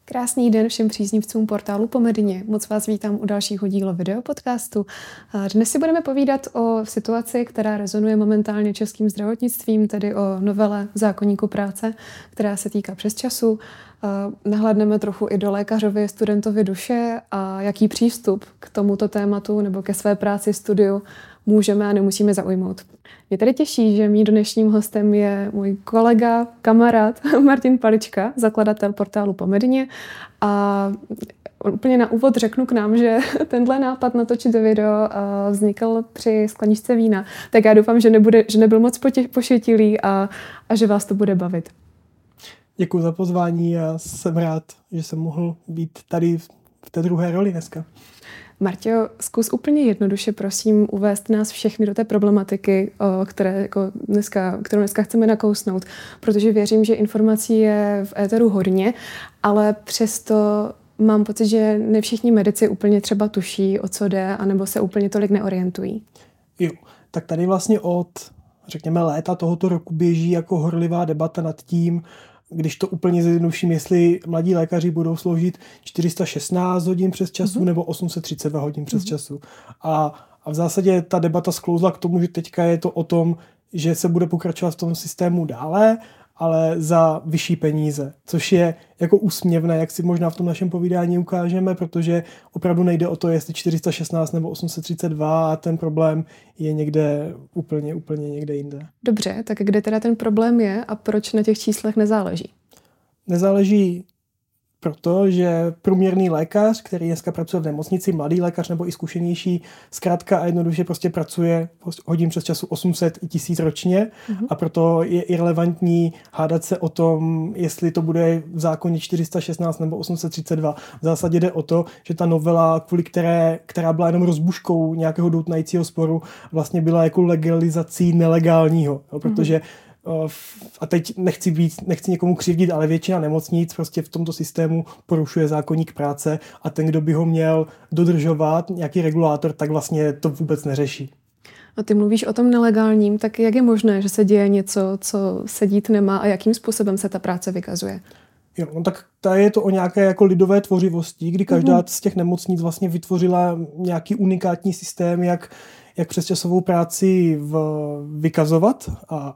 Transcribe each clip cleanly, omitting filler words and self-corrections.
Krásný den všem příznivcům portálu Pomedině. Moc vás vítám u dalšího dílu videopodcastu. Dnes si budeme povídat o situaci, která rezonuje momentálně českým zdravotnictvím, tedy o novele zákoníku práce, která se týká přesčasů. Nahlédneme trochu i do lékařovy, studentovi duše a jaký přístup k tomuto tématu nebo ke své práci, studiu můžeme a nemusíme zaujmout. Mě tedy těší, že mým dnešním hostem je můj kolega, kamarád Martin Palička, zakladatel portálu Pomedině. A úplně na úvod řeknu k nám, že tenhle nápad natočit video vznikl při skleničce vína. Tak já doufám, že nebyl moc pošetilý a že vás to bude bavit. Děkuji za pozvání a jsem rád, že jsem mohl být tady v té druhé roli dneska. Marťo, zkus úplně jednoduše, prosím, uvést nás všechny do té problematiky, kterou dneska chceme nakousnout, protože věřím, že informací je v éteru hodně, ale přesto mám pocit, že ne všichni medici úplně třeba tuší, o co jde, anebo se úplně tolik neorientují. Jo, tak tady vlastně od, řekněme, léta tohoto roku běží jako horlivá debata nad tím, když to úplně zjednoduším, jestli mladí lékaři budou sloužit 416 hodin přes času nebo 832 hodin přes času. A v zásadě ta debata sklouzla k tomu, že teďka je to o tom, že se bude pokračovat v tom systému dále, ale za vyšší peníze, což je jako úsměvné, jak si možná v tom našem povídání ukážeme, protože opravdu nejde o to, jestli 416 nebo 832 a ten problém je někde úplně někde jinde. Dobře, tak kde teda ten problém je a proč na těch číslech nezáleží? Nezáleží proto, že průměrný lékař, který dneska pracuje v nemocnici, mladý lékař nebo i zkušenější, zkrátka a jednoduše prostě pracuje hodin přes času 800 i 1000 ročně a proto je irelevantní hádat se o tom, jestli to bude v zákoně 416 nebo 832. V zásadě jde o to, že ta novela, kvůli která byla jenom rozbuškou nějakého doutnajícího sporu, vlastně byla jako legalizací nelegálního, protože a teď nechci někomu křivdit, ale většina nemocnic prostě v tomto systému porušuje zákoník práce a ten, kdo by ho měl dodržovat, nějaký regulátor, tak vlastně to vůbec neřeší. A ty mluvíš o tom nelegálním, tak jak je možné, že se děje něco, co se dít nemá a jakým způsobem se ta práce vykazuje? Jo, no tak tady je to o nějaké jako lidové tvořivosti, kdy každá z těch nemocnic vlastně vytvořila nějaký unikátní systém, jak přesčasovou práci vykazovat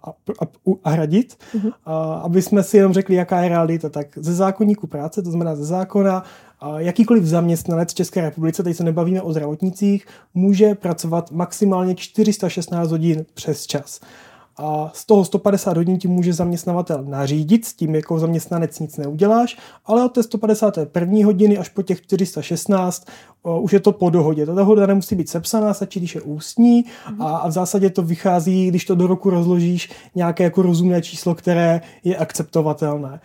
a hradit. Aby jsme si jenom řekli, jaká je realita, tak ze zákoníku práce, to znamená ze zákona, jakýkoliv zaměstnanec v České republice, teď se nebavíme o zdravotnicích, může pracovat maximálně 416 hodin přes čas. A z toho 150 hodin ti může zaměstnavatel nařídit, s tím jako zaměstnanec nic neuděláš, ale od té 151. hodiny až po těch 416 už je to po dohodě. Ta dohoda nemusí být sepsaná, stačí, když je ústní a v zásadě to vychází, když to do roku rozložíš, nějaké jako rozumné číslo, které je akceptovatelné.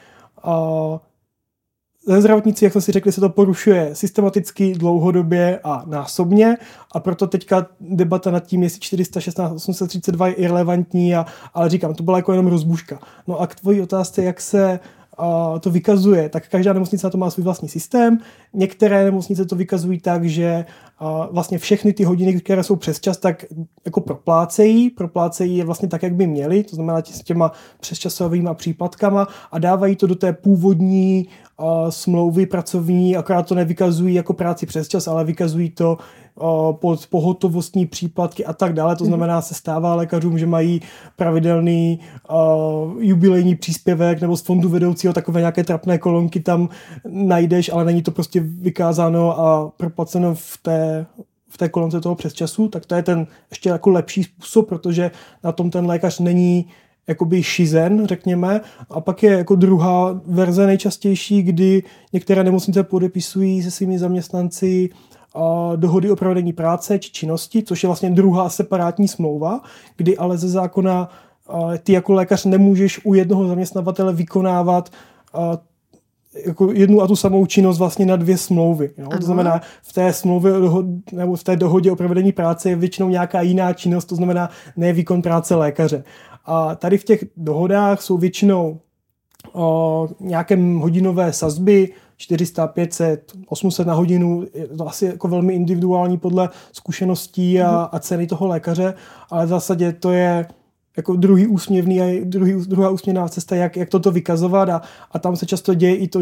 Ze zdravotníci, jak jsme si řekli, se to porušuje systematicky, dlouhodobě a násobně a proto teďka debata nad tím, jestli 416 832 je irrelevantní, ale říkám, to byla jako jenom rozbuška. No a k tvojí otázce, jak se to vykazuje, tak každá nemocnice na to má svůj vlastní systém. Některé nemocnice to vykazují tak, že vlastně všechny ty hodiny, které jsou přesčas, tak jako proplácejí je vlastně tak, jak by měly, to znamená s těma přesčasovými příplatkama a dávají to do té původní smlouvy pracovní, akorát to nevykazují jako práci přesčas, ale vykazují to pod pohotovostní příplatky a tak dále. To znamená, se stává lékařům, že mají pravidelný jubilejní příspěvek nebo z fondu vedoucího takové nějaké trapné kolonky tam najdeš, ale není to prostě vykázáno a proplaceno v té kolonce toho přesčasu, tak to je ten ještě jako lepší způsob, protože na tom ten lékař není jakoby šizen, řekněme. A pak je jako druhá verze nejčastější, kdy některé nemocnice podepisují se svými zaměstnanci dohody o provedení práce či činnosti, což je vlastně druhá separátní smlouva, kdy ale ze zákona ty jako lékař nemůžeš u jednoho zaměstnavatele vykonávat jako jednu a tu samou činnost vlastně na dvě smlouvy. Jo? To znamená, v té smlouvě nebo v té dohodě o provedení práce je většinou nějaká jiná činnost, to znamená ne výkon práce lékaře. A tady v těch dohodách jsou většinou nějaké hodinové sazby, 400, 500, 800 na hodinu, je to asi jako velmi individuální podle zkušeností a ceny toho lékaře, ale v zásadě to je jako druhá úsměvná cesta, jak toto vykazovat a tam se často děje i to, že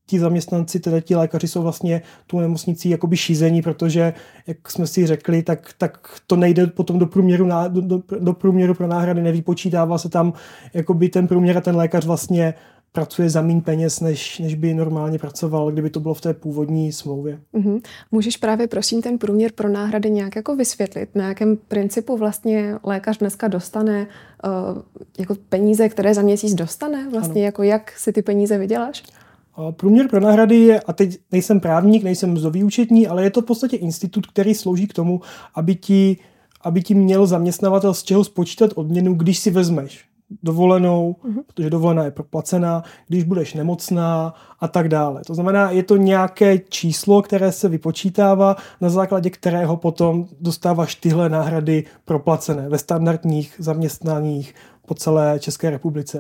ti zaměstnanci, teda ti lékaři jsou vlastně tu nemocnicí jakoby šízení, protože, jak jsme si řekli, tak to nejde potom do průměru pro náhrady, nevypočítává se tam jakoby ten průměr a ten lékař vlastně pracuje za méně peněz, než by normálně pracoval, kdyby to bylo v té původní smlouvě. Mm-hmm. Můžeš právě prosím ten průměr pro náhrady nějak jako vysvětlit, na jakém principu vlastně lékař dneska dostane jako peníze, které za měsíc dostane? Vlastně jako jak si ty peníze vyděláš? Průměr pro náhrady je, a teď nejsem právník, nejsem mzdový účetní, ale je to v podstatě institut, který slouží k tomu, aby ti měl zaměstnavatel z čeho spočítat odměnu, když si vezmeš dovolenou, protože dovolená je proplacená, když budeš nemocná a tak dále. To znamená, je to nějaké číslo, které se vypočítává, na základě kterého potom dostáváš tyhle náhrady proplacené ve standardních zaměstnáních po celé České republice.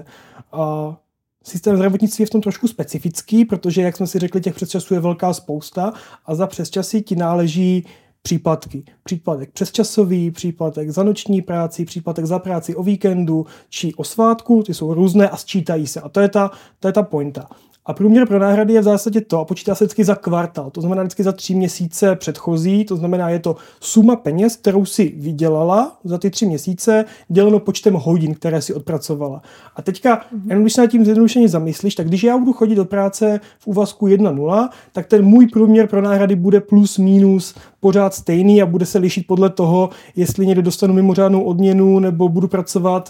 Systém zdravotnictví je v tom trošku specifický, protože, jak jsme si řekli, těch přesčasů je velká spousta a za přesčasy ti náleží příplatky. Příplatek přesčasový, příplatek za noční práci, příplatek za práci o víkendu či o svátku, ty jsou různé a sčítají se. A to je ta pointa. A průměr pro náhrady je v zásadě to a počítá se vždycky za kvartál, to znamená vždycky za 3 měsíce předchozí, to znamená je to suma peněz, kterou si vydělala za ty 3 měsíce, děleno počtem hodin, které si odpracovala. A teďka, jenom když se nad tím zjednodušeně zamyslíš, tak když já budu chodit do práce v úvazku 1.0, tak ten můj průměr pro náhrady bude plus minus pořád stejný a bude se lišit podle toho, jestli někde dostanu mimořádnou odměnu nebo budu pracovat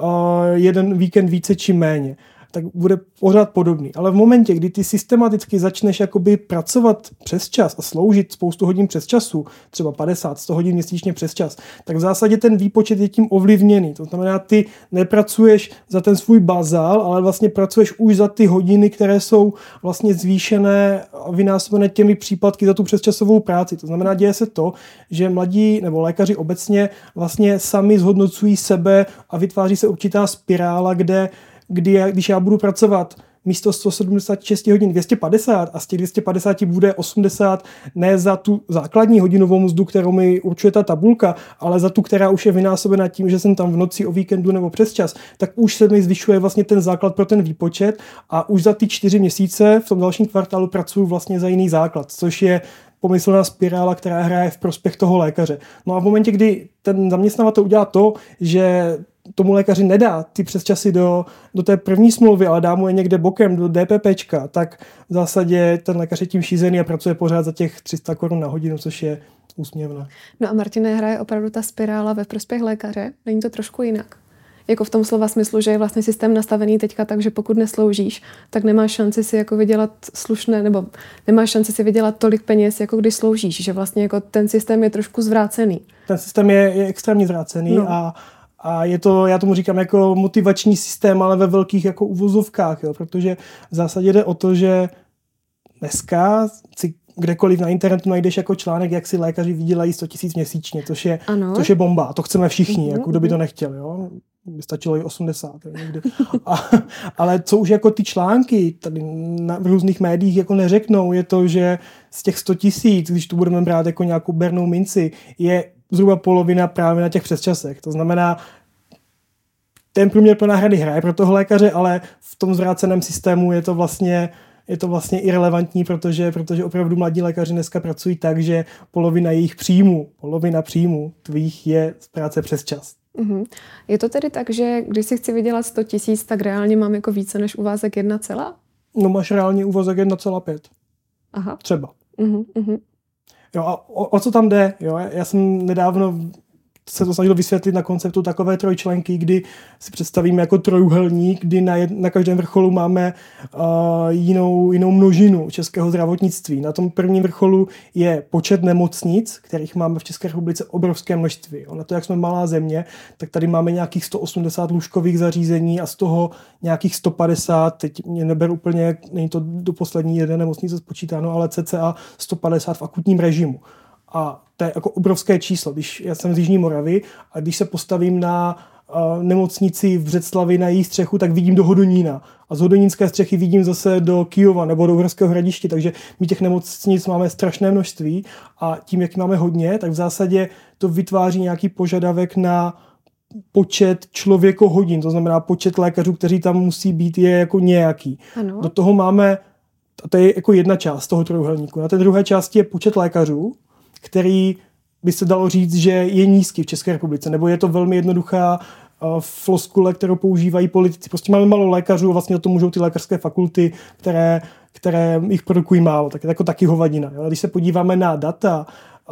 jeden víkend více či méně. Tak bude pořád podobný. Ale v momentě, kdy ty systematicky začneš jakoby pracovat přes čas a sloužit spoustu hodin přes času, třeba 50-100 hodin měsíčně přes čas, tak v zásadě ten výpočet je tím ovlivněný. To znamená, ty nepracuješ za ten svůj bazál, ale vlastně pracuješ už za ty hodiny, které jsou vlastně zvýšené a vynásobené těmi příplatky za tu přesčasovou práci. To znamená, děje se to, že mladí nebo lékaři obecně vlastně sami zhodnocují sebe a vytváří se určitá spirála, když já budu pracovat místo 176 hodin 250 a z těch 250 bude 80 ne za tu základní hodinovou mzdu, kterou mi určuje ta tabulka, ale za tu, která už je vynásobena tím, že jsem tam v noci, o víkendu nebo přes čas, tak už se mi zvyšuje vlastně ten základ pro ten výpočet a už za ty 4 měsíce v tom dalším kvartálu pracuji vlastně za jiný základ, což je pomyslná spirála, která hraje v prospěch toho lékaře. No a v momentě, kdy ten zaměstnavatel udělá to, že tomu lékaři nedá ty přesčasy do té první smlouvy, ale dá mu je někde bokem do DPPčka, tak v zásadě ten lékař je tím šízený a pracuje pořád za těch 300 korun na hodinu, což je úsměvné. No a Martine, hraje opravdu ta spirála ve prospěch lékaře? Není to trošku jinak? Jako v tom slova smyslu, že je vlastně systém nastavený teďka tak, že pokud nesloužíš, tak nemáš šanci si jako vydělat slušné, nebo nemáš šanci si vydělat tolik peněz, jako když sloužíš, že vlastně jako ten systém je trošku zvrácený. Ten systém je extrémně zvrácený a je to, já tomu říkám jako motivační systém, ale ve velkých jako uvozovkách, jo, protože v zásadě jde o to, že dneska si kdekoliv na internetu najdeš jako článek, jak si lékaři vydělají 100 000 měsíčně, což je bomba. To chceme všichni, jako kdo by to nechtěl, jo. By stačilo i 80. Někdy. Ale co už jako ty články tady v různých médiích jako neřeknou, je to, že z těch 100 000, když tu budeme brát jako nějakou bernou minci, je zhruba polovina právě na těch přesčasech. To znamená, ten průměr pro náhrady hraje pro toho lékaře, ale v tom zvráceném systému je to vlastně irelevantní, protože opravdu mladí lékaři dneska pracují tak, že polovina příjmu tvých je z práce přes čas. Mm-hmm. Je to tedy tak, že když si chci vydělat 100 000, tak reálně mám jako více než úvazek 1, No máš reálně úvazek 1,5. Aha. Třeba. Mm-hmm. Jo, a o co tam jde? Jo, já jsem nedávno se to snažil vysvětlit na konceptu takové trojčlenky, kdy si představíme jako trojúhelník, kdy na každém vrcholu máme jinou množinu českého zdravotnictví. Na tom prvním vrcholu je počet nemocnic, kterých máme v České republice obrovské množství. Na to, jak jsme malá země, tak tady máme nějakých 180 lůžkových zařízení a z toho nějakých 150, teď mě neberu úplně, není to do poslední jedné nemocnice spočítáno, ale cca 150 v akutním režimu. A to je jako obrovské číslo. Když já jsem z Jižní Moravy a když se postavím na nemocnici v Břeclavi na její střechu, tak vidím do Hodonína. A z hodonínské střechy vidím zase do Kyjova nebo do Uherského Hradiště. Takže my těch nemocnic máme strašné množství a tím, jak máme hodně, tak v zásadě to vytváří nějaký požadavek na počet člověkohodin. To znamená počet lékařů, kteří tam musí být, je jako nějaký. Ano. Do toho máme A to je jako jedna část toho trojúhelníku. Na té druhé části je počet lékařů, který by se dalo říct, že je nízký v České republice, nebo je to velmi jednoduchá floskule, kterou používají politici. Prostě máme málo lékařů, vlastně o tom můžou ty lékařské fakulty, které jich produkují málo. Tak je jako taky hovadina. Jo? Když se podíváme na data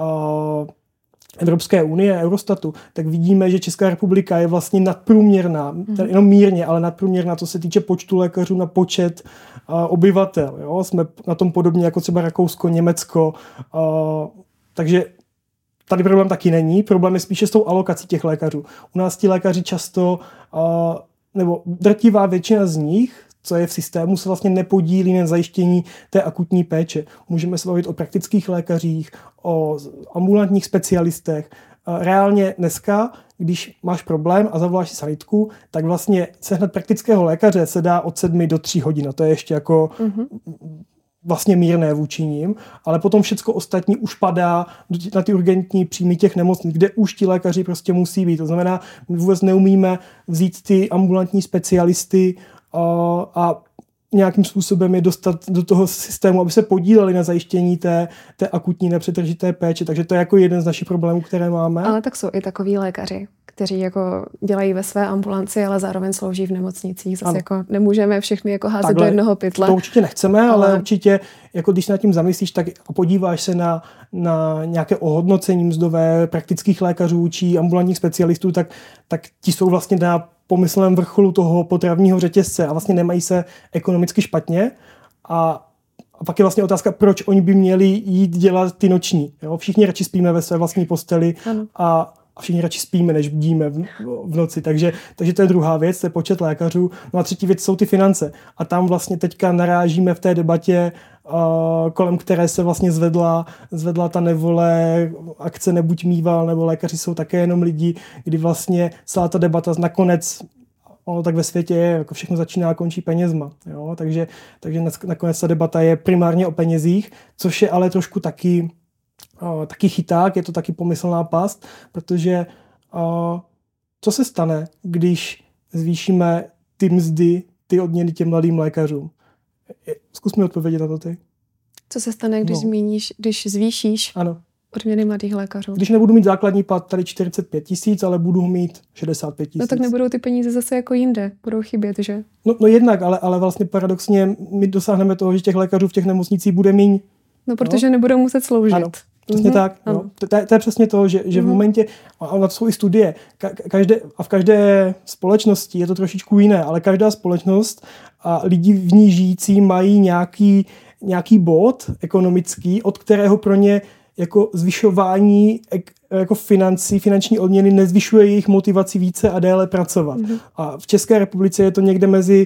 Evropské unie, Eurostatu, tak vidíme, že Česká republika je vlastně nadprůměrná, jenom mírně, ale nadprůměrná, co se týče počtu lékařů na počet obyvatel. Jo? Jsme na tom podobně jako třeba Rakousko, Německo, takže tady problém taky není, problém je spíše s tou alokací těch lékařů. U nás ti lékaři často, nebo drtivá většina z nich, co je v systému, se vlastně nepodílí na zajištění té akutní péče. Můžeme se bavit o praktických lékařích, o ambulantních specialistech. Reálně dneska, když máš problém a zavoláš si sanitku, tak vlastně sehnat praktického lékaře se dá od 7 do 3 hodin. To je ještě jako vlastně mírné vůči nim, ale potom všecko ostatní už padá na ty urgentní příjmy těch nemocnic, kde už ti lékaři prostě musí být. To znamená, my vůbec neumíme vzít ty ambulantní specialisty a nějakým způsobem je dostat do toho systému, aby se podíleli na zajištění té akutní nepřetržité péče. Takže to je jako jeden z našich problémů, které máme. Ale tak jsou i takoví lékaři, kteří jako dělají ve své ambulanci, ale zároveň slouží v nemocnicích. Zase jako nemůžeme všechny jako házet takhle do jednoho pytle. To určitě nechceme, ale určitě, jako když se nad tím zamyslíš, tak a podíváš se na nějaké ohodnocení mzdové praktických lékařů či ambulantních specialistů, tak ti jsou vlastně na pomyslném vrcholu toho potravního řetězce a vlastně nemají se ekonomicky špatně. A pak je vlastně otázka, proč oni by měli jít dělat ty noční. Jo? Všichni radši spíme ve své vlastní posteli a všichni radši spíme, než bdíme v noci. Takže to je druhá věc, to je počet lékařů. No a třetí věc jsou ty finance. A tam vlastně teďka narážíme v té debatě, kolem které se vlastně zvedla ta nevole, akce Nebuď mýval, nebo lékaři jsou také jenom lidi, kdy vlastně celá ta debata nakonec, ono tak ve světě je, jako všechno začíná a končí penězma. Jo? Takže nakonec ta debata je primárně o penězích, což je ale trošku taky chyták, je to taky pomyslná past, protože co se stane, když zvýšíme ty mzdy, ty odměny těm mladým lékařům? Zkus mi odpovědět na to ty. Co se stane, když zvýšíš odměny mladých lékařů? Když nebudu mít základní plat tady 45 000, ale budu mít 65 000. No tak nebudou ty peníze zase jako jinde, budou chybět, že? No jednak, ale vlastně paradoxně my dosáhneme toho, že těch lékařů v těch nemocnicích bude míň. No protože nebudou muset sloužit. Ano. Přesně tak. No. To je přesně to, že v momentě, a na to jsou i studie, v každé společnosti je to trošičku jiné, ale každá společnost a lidi v ní žijící mají nějaký bod ekonomický, od kterého pro ně jako zvyšování jako finanční odměny nezvyšuje jejich motivaci více a déle pracovat. A v České republice je to někde mezi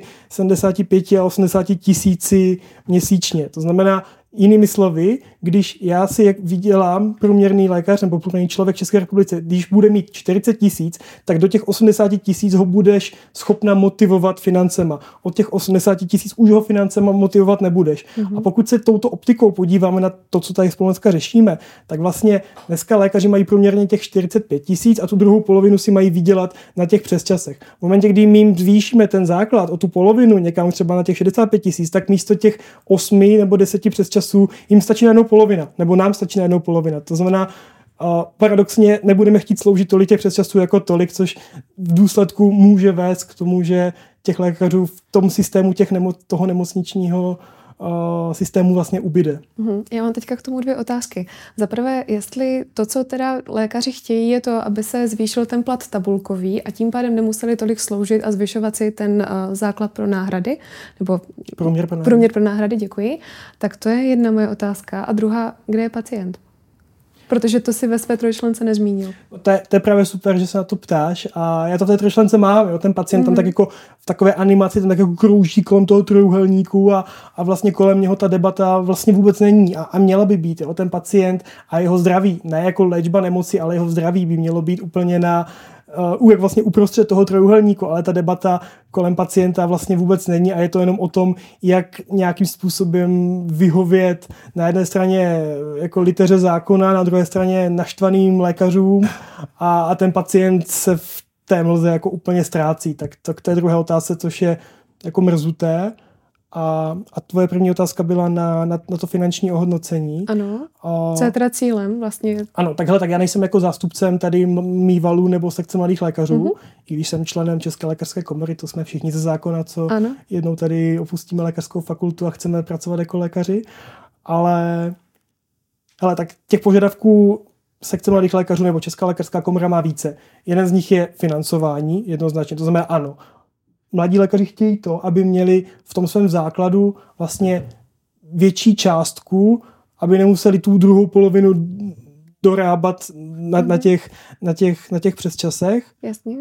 75 a 80 tisíci měsíčně. To znamená, jinými slovy, když já si jak vydělám průměrný lékař nebo průměrný člověk v České republice, když bude mít 40 000, tak do těch 80 000 ho budeš schopna motivovat financema. Od těch 80 000 už ho financema motivovat nebudeš. A pokud se touto optikou podíváme na to, co tady spolu dneska řešíme, tak vlastně dneska lékaři mají průměrně těch 45 000 a tu druhou polovinu si mají vydělat na těch přesčasech. V momentě, kdy my jim zvýšíme ten základ o tu polovinu někam třeba na těch 65 000, tak místo těch 8 nebo 10 přesčasů jim stačí najednou polovina, nebo nám stačí najednou polovina. To znamená, paradoxně nebudeme chtít sloužit tolik těch přesčasů jako tolik, což v důsledku může vést k tomu, že těch lékařů v tom systému toho nemocničního systému vlastně ubyde. Já mám teďka k tomu 2 otázky. Za prvé, jestli to, co teda lékaři chtějí, je to, aby se zvýšil ten plat tabulkový a tím pádem nemuseli tolik sloužit a zvyšovat si ten základ pro náhrady, nebo průměr pro náhrady, děkuji. Tak to je jedna moje otázka. A druhá, kde je pacient? Protože to si ve své trojčlence nezmínil. To je právě super, že se na to ptáš a já to v té trojčlence mám. Jo? Ten pacient tam tak jako v takové animaci tam tak jako krouží kolem toho trojúhelníku a vlastně kolem něho ta debata vlastně vůbec není a měla by být. Jo? Ten pacient a jeho zdraví, ne jako léčba nemoci, ale jeho zdraví by mělo být úplně jak vlastně uprostřed toho trojúhelníku, ale ta debata kolem pacienta vlastně vůbec není a je to jenom o tom, jak nějakým způsobem vyhovět na jedné straně jako liteře zákona, na druhé straně naštvaným lékařům a ten pacient se v té mlze jako úplně ztrácí. Tak to je druhá otázka, což je jako mrzuté. A tvoje první otázka byla na to finanční ohodnocení. Ano. Co je teda cílem vlastně? Ano, tak já nejsem jako zástupcem tady Mývalu nebo sekce mladých lékařů, i když jsem členem České lékařské komory, to jsme všichni ze zákona, co jednou tady opustíme lékařskou fakultu a chceme pracovat jako lékaři. Ale tak těch požadavků sekce mladých lékařů nebo Česká lékařská komora má více. Jeden z nich je financování, jednoznačně, to znamená ano. Mladí lékaři chtějí to, aby měli v tom svém základu vlastně větší částku, aby nemuseli tu druhou polovinu dorábat na těch přesčasech. Jasně.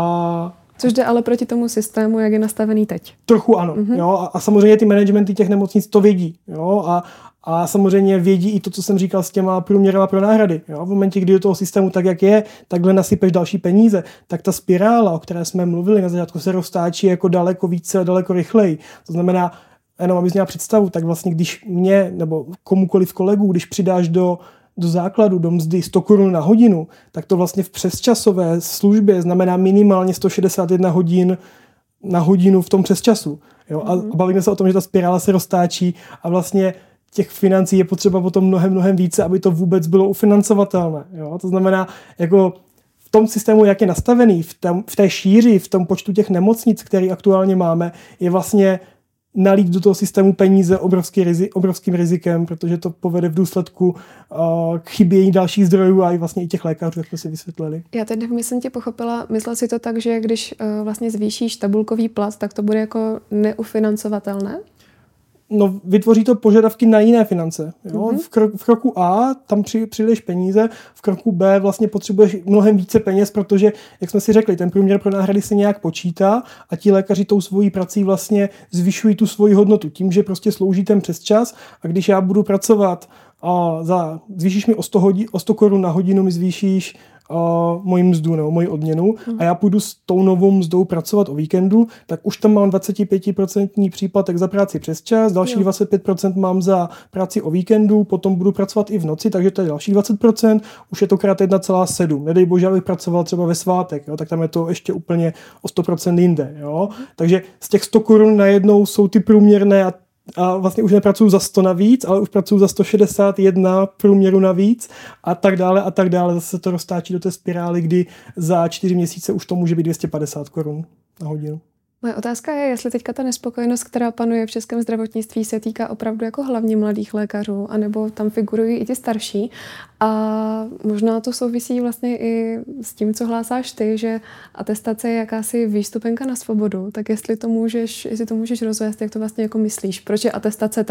Což jde ale proti tomu systému, jak je nastavený teď. Trochu ano. Jo? A samozřejmě ty managementy těch nemocnic to vědí. Jo? A samozřejmě vědí i to, co jsem říkal s těma průměrama pro náhrady. Jo? V momentě, kdy do toho systému tak, jak je, takhle nasypeš další peníze, tak ta spirála, o které jsme mluvili na začátku, se roztáčí jako daleko více a daleko rychleji. To znamená, jenom abys měla představu, tak vlastně když mě nebo komukoliv kolegů, když přidáš do základu, do mzdy 100 korun na hodinu, tak to vlastně v přesčasové službě znamená minimálně 161 hodin na hodinu v tom přesčasu. Jo? A bavíme se o tom, že ta spirála se roztáčí a vlastně těch financí je potřeba potom mnohem více, aby to vůbec bylo ufinancovatelné. Jo? To znamená, jako v tom systému, jak je nastavený, v té šíři, v tom počtu těch nemocnic, který aktuálně máme, je vlastně nalít do toho systému peníze obrovským rizikem, protože to povede v důsledku k chybění dalších zdrojů a i vlastně i těch lékařů, jak jsme si vysvětlili. Já teď jsem tě pochopila, myslela si to tak, že když vlastně zvýšíš tabulkový plat, tak to bude jako neufinancovatelné? No, vytvoří to požadavky na jiné finance. Jo? V kroku A tam přijdeš peníze, v kroku B vlastně potřebuješ mnohem více peněz, protože, jak jsme si řekli, ten průměr pro náhrady se nějak počítá a ti lékaři tou svojí prací vlastně zvyšují tu svoji hodnotu tím, že prostě slouží ten přesčas a když já budu pracovat zvýšíš mi o 100 korun na hodinu, mi zvýšíš moji mzdu nebo moji odměnu a já půjdu s tou novou mzdou pracovat o víkendu, tak už tam mám 25% příplatek za práci přes čas, další 25% mám za práci o víkendu, potom budu pracovat i v noci, takže to je další 20%, už je to krát 1,7. Nedej bože, abych pracoval třeba ve svátek, jo, tak tam je to ještě úplně o 100% jinde. Jo. Takže z těch 100 korun najednou jsou ty průměrné a vlastně už nepracuju za 100 navíc, ale už pracuju za 161 průměru navíc a tak dále. Zase se to roztáčí do té spirály, kdy za 4 měsíce už to může být 250 korun na hodinu. Moje otázka je, jestli teďka ta nespokojenost, která panuje v českém zdravotnictví, se týká opravdu jako hlavně mladých lékařů, anebo tam figurují i ti starší. A možná to souvisí vlastně i s tím, co hlásáš ty, že atestace je jakási výstupenka na svobodu. Tak jestli to můžeš rozvést, jak to vlastně jako myslíš? Proč je atestace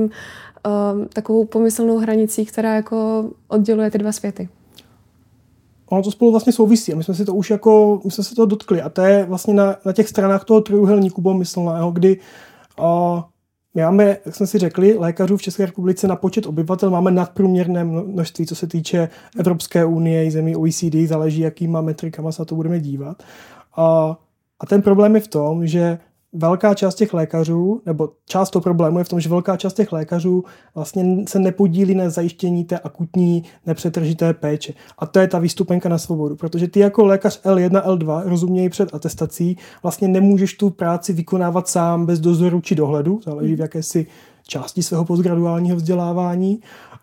takovou pomyslnou hranicí, která jako odděluje ty dva světy? Ono to spolu vlastně souvisí a my jsme si to už my jsme se toho dotkli a to je vlastně na těch stranách toho trojuhelníku pomyslného, kdy my máme, jak jsme si řekli, lékařů v České republice na počet obyvatel máme nadprůměrné množství, co se týče Evropské unie i zemí OECD, záleží, jakýma metrikama se na to budeme dívat. A ten problém je v tom, že velká část těch lékařů, nebo část toho problému je v tom, že velká část těch lékařů vlastně se nepodílí na zajištění té akutní nepřetržité péče. A to je ta výstupenka na svobodu, protože ty jako lékař L1, L2, rozumějí před atestací, vlastně nemůžeš tu práci vykonávat sám bez dozoru či dohledu, záleží v jakési části svého postgraduálního vzdělávání.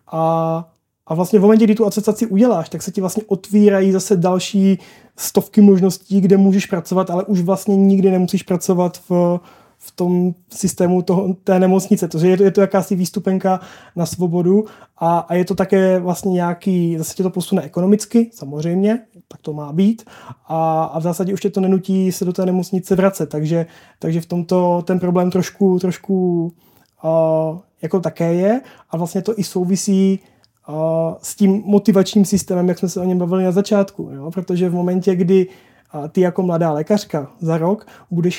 A vlastně v momentě, kdy tu atestaci uděláš, tak se ti vlastně otvírají zase další stovky možností, kde můžeš pracovat, ale už vlastně nikdy nemusíš pracovat v tom systému té nemocnice. Takže je to jakási výstupenka na svobodu a je to také vlastně nějaký, zase tě to posune ekonomicky, samozřejmě, tak to má být. A v zásadě už tě to nenutí se do té nemocnice vracet. Takže v tomto ten problém trošku jako také je a vlastně to i souvisí s tím motivačním systémem, jak jsme se o něm bavili na začátku. Jo? Protože v momentě, kdy ty jako mladá lékařka za rok budeš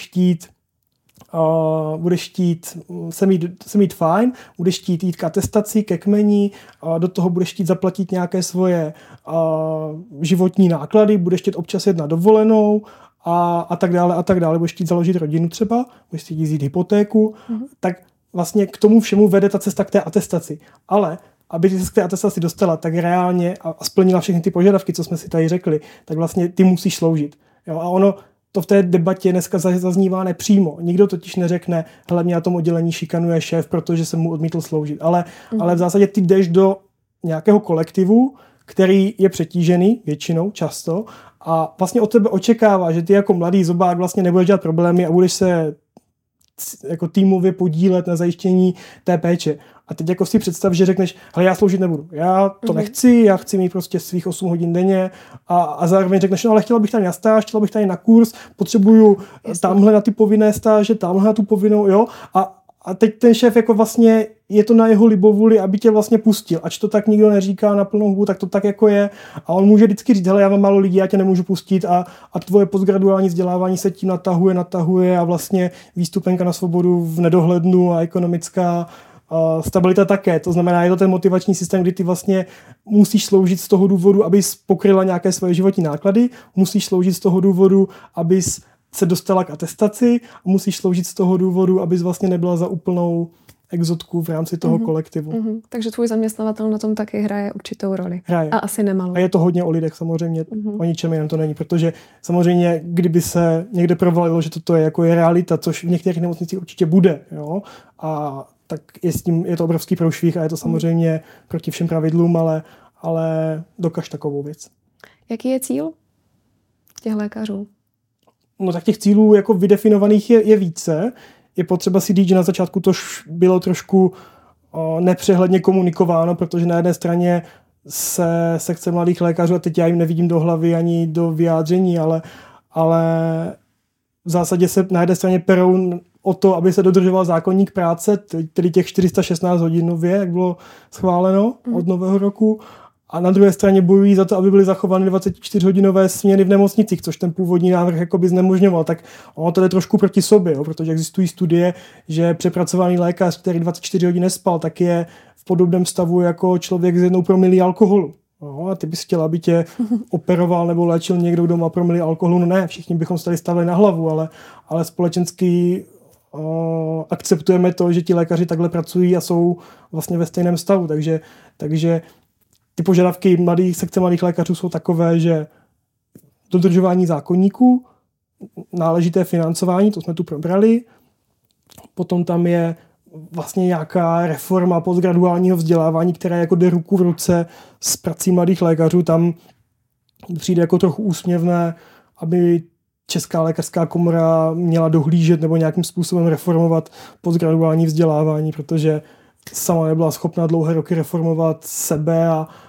chtít se mít fajn, budeš chtít jít k atestaci, ke kmení, do toho budeš chtít zaplatit nějaké svoje životní náklady, budeš chtít občas jet na dovolenou a tak dále, budeš chtít založit rodinu třeba, budeš chtít vzít hypotéku, tak vlastně k tomu všemu vede ta cesta k té atestaci. Ale aby ty se k té atestaci dostala, tak reálně a splnila všechny ty požadavky, co jsme si tady řekli, tak vlastně ty musíš sloužit. Jo? A ono to v té debatě dneska zaznívá nepřímo. Nikdo totiž neřekne, hele, mě na tom oddělení šikanuje šéf, protože jsem mu odmítl sloužit. Ale v zásadě ty jdeš do nějakého kolektivu, který je přetížený většinou, často, a vlastně od tebe očekává, že ty jako mladý zobák vlastně nebudeš dělat problémy a budeš se jako týmově podílet na zajištění té péče. A teď jako si představ, že řekneš, hele, já sloužit nebudu. Já to nechci, já chci mít prostě svých 8 hodin denně a zároveň řekneš, no ale chtěla bych tady na stáž, chtěla bych tady na kurz, potřebuju tamhle na ty povinné stáže, tamhle na tu povinnou, jo. A teď ten šéf jako vlastně je to na jeho libovůli, aby tě vlastně pustil. Ač to tak nikdo neříká na plnou hubu, tak to tak jako je. A on může vždycky říct, hele, já mám málo lidí, já tě nemůžu pustit a tvoje postgraduální vzdělávání se tím natahuje a vlastně výstupenka na svobodu v nedohlednu a ekonomická stabilita také. To znamená, je to ten motivační systém, kdy ty vlastně musíš sloužit z toho důvodu, abys pokryla nějaké svoje životní náklady, musíš sloužit z toho důvodu, abys se dostala k atestaci a musíš sloužit z toho důvodu, abys vlastně nebyla za úplnou exotku v rámci toho kolektivu. Takže tvůj zaměstnavatel na tom taky hraje určitou roli. Hraje. A asi nemalou. A je to hodně o lidech samozřejmě, o ničem jiném to není, protože samozřejmě, kdyby se někde provalilo, že toto je jako je realita, což v některých nemocnicích určitě bude, jo, a tak je to obrovský průšvih a je to samozřejmě proti všem pravidlům, ale dokaž takovou věc. Jaký je cíl těch lékařů? No tak těch cílů jako vydefinovaných je více. Je potřeba si říct, že na začátku to bylo trošku nepřehledně komunikováno, protože na jedné straně se sekce mladých lékařů, a teď já jim nevidím do hlavy ani do vyjádření, ale v zásadě se na jedné straně perou o to, aby se dodržoval zákoník práce, tedy těch 416 hodin nově, jak bylo schváleno od nového roku. A na druhé straně bojují za to, aby byly zachovány 24-hodinové směny v nemocnicích, což ten původní návrh jakoby znemožňoval. Tak ono to jde trošku proti sobě, jo, protože existují studie, že přepracovaný lékař, který 24 hodin nespal, tak je v podobném stavu jako člověk s 1 promilí alkoholu. No, a ty bys chtěla, aby tě operoval nebo léčil někdo, kdo má promilí alkoholu. No ne, všichni bychom se tady stavili na hlavu, ale společensky akceptujeme to, že ti lékaři takhle pracují a jsou vlastně ve stejném stavu. Takže ty požadavky sekce mladých lékařů jsou takové, že dodržování zákoníku, náležité financování, to jsme tu probrali, potom tam je vlastně nějaká reforma postgraduálního vzdělávání, která jako jde ruku v ruce s prací mladých lékařů. Tam přijde jako trochu úsměvné, aby Česká lékařská komora měla dohlížet nebo nějakým způsobem reformovat postgraduální vzdělávání, protože sama nebyla schopná dlouhé roky reformovat sebe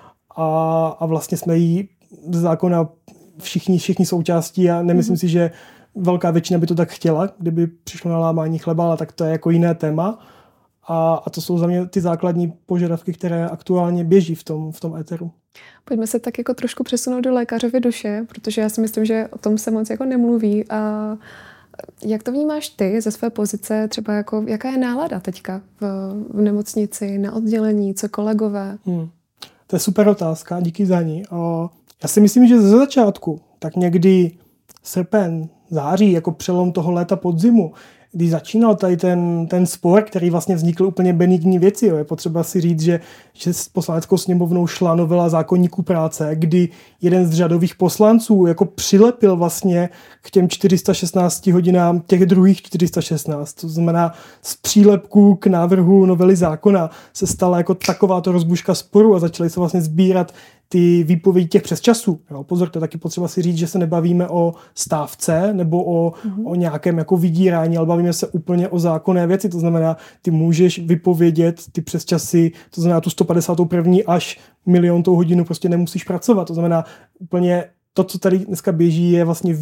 a vlastně jsme jí z zákona všichni součástí a nemyslím si, že velká většina by to tak chtěla, kdyby přišlo na lámání chleba, ale tak to je jako jiné téma. A to jsou za mě ty základní požadavky, které aktuálně běží v tom éteru. Pojďme se tak jako trošku přesunout do lékařovy duše, protože já si myslím, že o tom se moc jako nemluví. A jak to vnímáš ty ze své pozice, třeba jako, jaká je nálada teďka v nemocnici, na oddělení, co kolegové? To je super otázka, díky za ní. Já si myslím, že ze začátku, tak někdy srpen, září, jako přelom toho léta podzimu, když začínal tady ten spor, který vlastně vznikl úplně benigní věci. Jo. Je potřeba si říct, že s poslaneckou sněmovnou šla novela zákoníku práce, kdy jeden z řadových poslanců jako přilepil vlastně k těm 416 hodinám těch druhých 416. To znamená, z přílepku k návrhu novely zákona se stala jako takováto rozbuška sporu a začaly se vlastně sbírat ty výpovědi těch přesčasů. Jo, pozor, to je taky potřeba si říct, že se nebavíme o stávce nebo o nějakém jako vydírání, ale bavíme se úplně o zákonné věci. To znamená, ty můžeš vypovědět ty přesčasy, to znamená tu 151. až 1 000 000 hodinu prostě nemusíš pracovat. To znamená úplně to, co tady dneska běží, je vlastně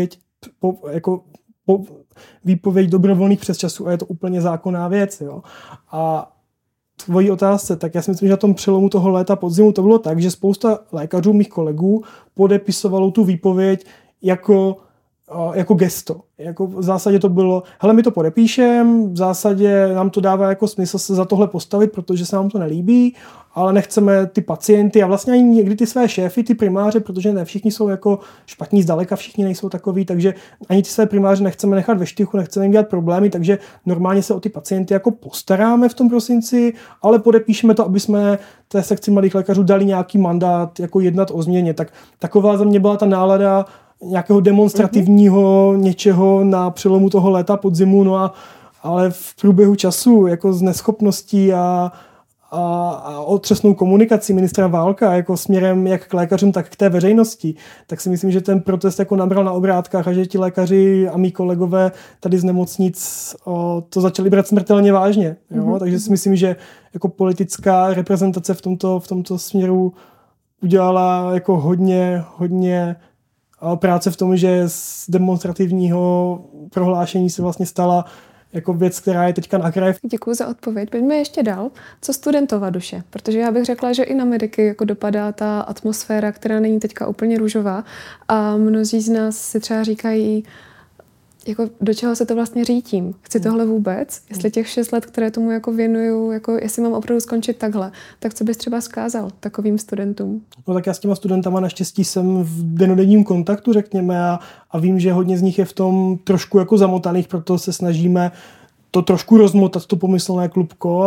výpověď dobrovolných přesčasů a je to úplně zákonná věc. Jo. A tvojí otázce, tak já si myslím, že na tom přelomu toho léta podzimu to bylo tak, že spousta lékařů, mých kolegů, podepisovalo tu výpověď jako gesto. Jako v zásadě to bylo, hele, my to podepíšem, v zásadě nám to dává jako smysl se za tohle postavit, protože se nám to nelíbí, ale nechceme ty pacienty a vlastně ani někdy ty své šéfy, ty primáře, protože ne všichni jsou jako špatní zdaleka, všichni nejsou takový, takže ani ty své primáře nechceme nechat ve štychu, nechceme jim dělat problémy, takže normálně se o ty pacienty jako postaráme v tom prosinci, ale podepíšeme to, aby jsme té sekci mladých lékařů dali nějaký mandát jako jednat o změně. Tak taková za mě byla ta nálada nějakého demonstrativního něčeho na přelomu toho léta podzimu, ale v průběhu času jako z neschopností a otřesnou komunikací ministra Válka jako směrem jak k lékařům, tak k té veřejnosti, tak si myslím, že ten protest jako nabral na obrátkách a že ti lékaři a mý kolegové tady z nemocnic to začali brát smrtelně vážně. Jo? Takže si myslím, že jako politická reprezentace v tomto směru udělala jako hodně práce v tom, že z demonstrativního prohlášení se vlastně stala jako věc, která je teďka na kraji. Děkuji za odpověď. Pojďme ještě dál. Co studentova duše? Protože já bych řekla, že i na mediky jako dopadá ta atmosféra, která není teďka úplně růžová. A mnozí z nás si třeba říkají, jako do čeho se to vlastně řítím? Chci tohle vůbec? Jestli těch 6 let, které tomu jako věnuju, jako jestli mám opravdu skončit takhle, tak co bys třeba vzkázal takovým studentům? No tak já s těma studentama naštěstí jsem v dennodenním kontaktu, řekněme, a vím, že hodně z nich je v tom trošku jako zamotaných, proto se snažíme to trošku rozmotat, to pomyslné klubko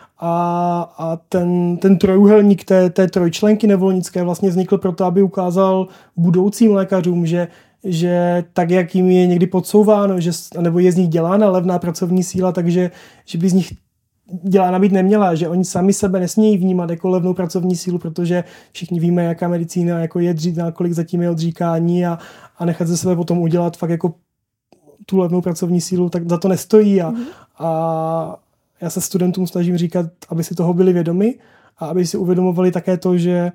a ten trojúhelník té trojčlenky nevolnické vlastně vznikl proto, aby ukázal budoucím lékařům, že tak, jak jim je někdy podsouváno, nebo je z nich dělána levná pracovní síla, takže že by z nich dělána být neměla, že oni sami sebe nesmějí vnímat jako levnou pracovní sílu, protože všichni víme, jaká medicína jako je dřív, kolik zatím je odříkání a nechat ze sebe potom udělat fakt jako tu levnou pracovní sílu, tak za to nestojí a já se studentům snažím říkat, aby si toho byli vědomi a aby si uvědomovali také to, že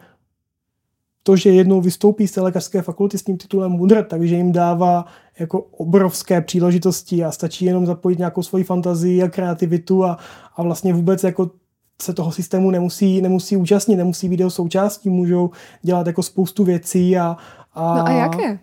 jednou vystoupí z té lékařské fakulty s tím titulem MUDr, takže jim dává jako obrovské příležitosti a stačí jenom zapojit nějakou svoji fantazii a kreativitu a vlastně vůbec jako se toho systému nemusí účastnit, nemusí být jeho součástí, můžou dělat jako spoustu věcí No a jaké?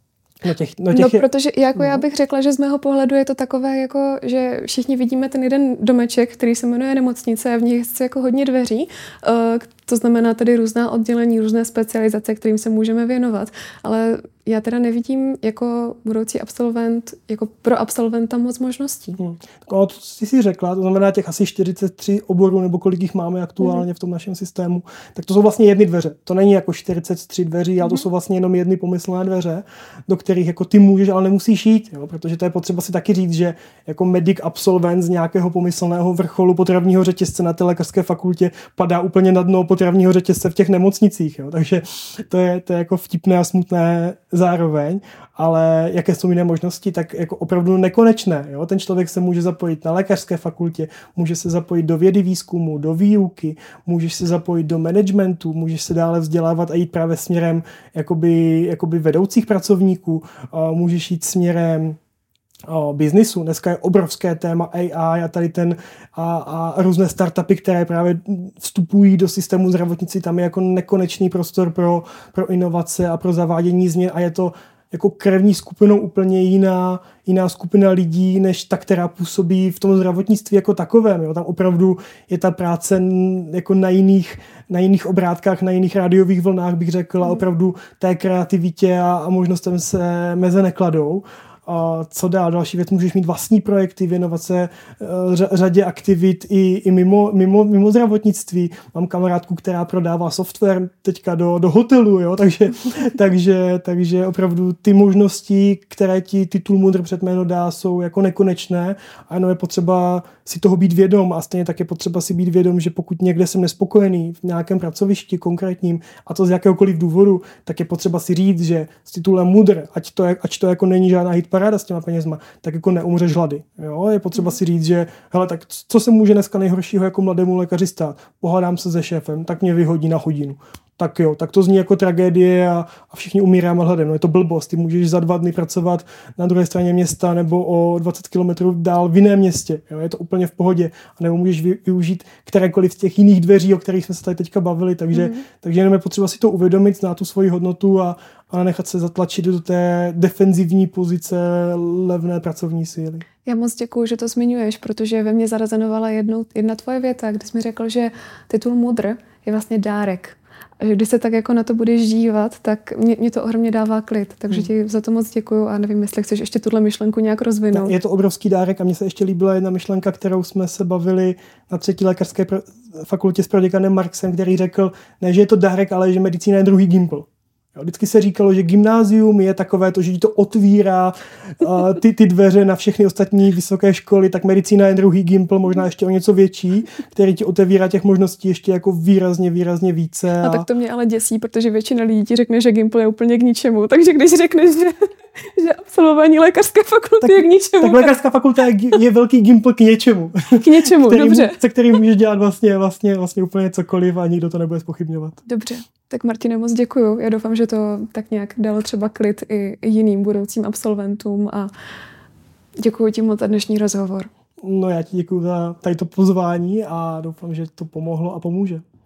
Protože já bych řekla, že z mého pohledu je to takové, jako, že všichni vidíme ten jeden domeček, který se jmenuje nemocnice a v nich je jako hodně dveří. To znamená tady různá oddělení, různé specializace, kterým se můžeme věnovat. Ale já teda nevidím jako budoucí absolvent, jako pro absolventa moc možností. To jsi řekla, to znamená těch asi 43 oborů, nebo kolik jich máme aktuálně v tom našem systému, tak to jsou vlastně jedny dveře. To není jako 43 dveří, ale to jsou vlastně jenom jedny pomyslné dveře, do kterých jako ty můžeš, ale nemusíš jít, jo? Protože to je potřeba si taky říct, že jako medic absolvent z nějakého pomyslného vrcholu potravního řetězce na té lékařské fakultě padá úplně na dno potravního řetězce v těch nemocnicích, jo? Takže to je jako vtipné a smutné zároveň, ale jaké jsou jiné možnosti, tak jako opravdu nekonečné. Jo? Ten člověk se může zapojit na lékařské fakultě, může se zapojit do vědy výzkumu, do výuky, můžeš se zapojit do managementu, můžeš se dále vzdělávat a jít právě směrem jakoby vedoucích pracovníků, můžeš jít směrem biznisu. Dneska je obrovské téma AI a tady a různé startupy, které právě vstupují do systému zdravotnictví. Tam je jako nekonečný prostor pro inovace a pro zavádění změn a je to jako krevní skupinou úplně jiná skupina lidí, než ta, která působí v tom zdravotnictví jako takovém. Jo. Tam opravdu je ta práce jako na jiných obrátkách, na jiných rádiových vlnách, bych řekl, a opravdu té kreativitě a možnostem se meze nekladou. A co dál? Další věc, můžeš mít vlastní projekty, věnovat se řadě aktivit i mimo zdravotnictví. Mám kamarádku, která prodává software teďka do hotelu, jo? Takže opravdu ty možnosti, které ti titul MUDr před jméno dá, jsou jako nekonečné a jenom je potřeba si toho být vědom a stejně tak je potřeba si být vědom, že pokud někde jsem nespokojený v nějakém pracovišti konkrétním a to z jakéhokoliv důvodu, tak je potřeba si říct, že s titulem MUDr, ať to jako není žádná hitparáda s těma penězma, tak jako neumřeš hlady. Jo? Je potřeba si říct, že hele, tak co se může dneska nejhoršího jako mladému lékaři stát? Pohádám se se šéfem, tak mě vyhodí na hodinu. Tak jo, tak to zní jako tragédie a všichni umíráme hladem. No je to blbost, ty můžeš za 2 dny pracovat na druhé straně města nebo o 20 kilometrů dál v jiném městě. Jo? Je to úplně v pohodě. A nebo můžeš využít kterékoliv z těch jiných dveří, o kterých jsme se tady teďka bavili. Takže jenom je potřeba si to uvědomit, znát tu svoji hodnotu a nechat se zatlačit do té defenzivní pozice levné pracovní síly. Já moc děkuju, že to zmiňuješ, protože ve mně zarezonovala jedna tvoje věta, kdy jsi mi řekl, že titul MUDr je vlastně dárek. A že když se tak jako na to budeš dívat, tak mě to ohromně dává klid. Takže ti za to moc děkuju a nevím, jestli chceš ještě tuhle myšlenku nějak rozvinout. Je to obrovský dárek a mně se ještě líbila jedna myšlenka, kterou jsme se bavili na 3. lékařské fakultě s proděkanem Marksem, který řekl, ne, že je to dárek, ale že medicína je druhý Gimpl. Vždycky se říkalo, že gymnázium je takové to, že ti to otvírá ty dveře na všechny ostatní vysoké školy, tak medicína je druhý gimpl, možná ještě o něco větší, který ti otevírá těch možností ještě jako výrazně více. A tak to mě ale děsí, protože většina lidí ti řekne, že gimpl je úplně k ničemu. Takže když řekneš, že absolvování lékařské fakulty je k ničemu. Tak lékařská fakulta je velký gimpl k něčemu. K něčemu, dobře. Se kterým můžeš dělat vlastně úplně cokoliv a nikdo to nebude zpochybňovat. Dobře. Tak Martine, moc děkuju. Já doufám, že to tak nějak dalo třeba klid i jiným budoucím absolventům a děkuji ti moc za dnešní rozhovor. No já ti děkuju za tady to pozvání a doufám, že to pomohlo a pomůže.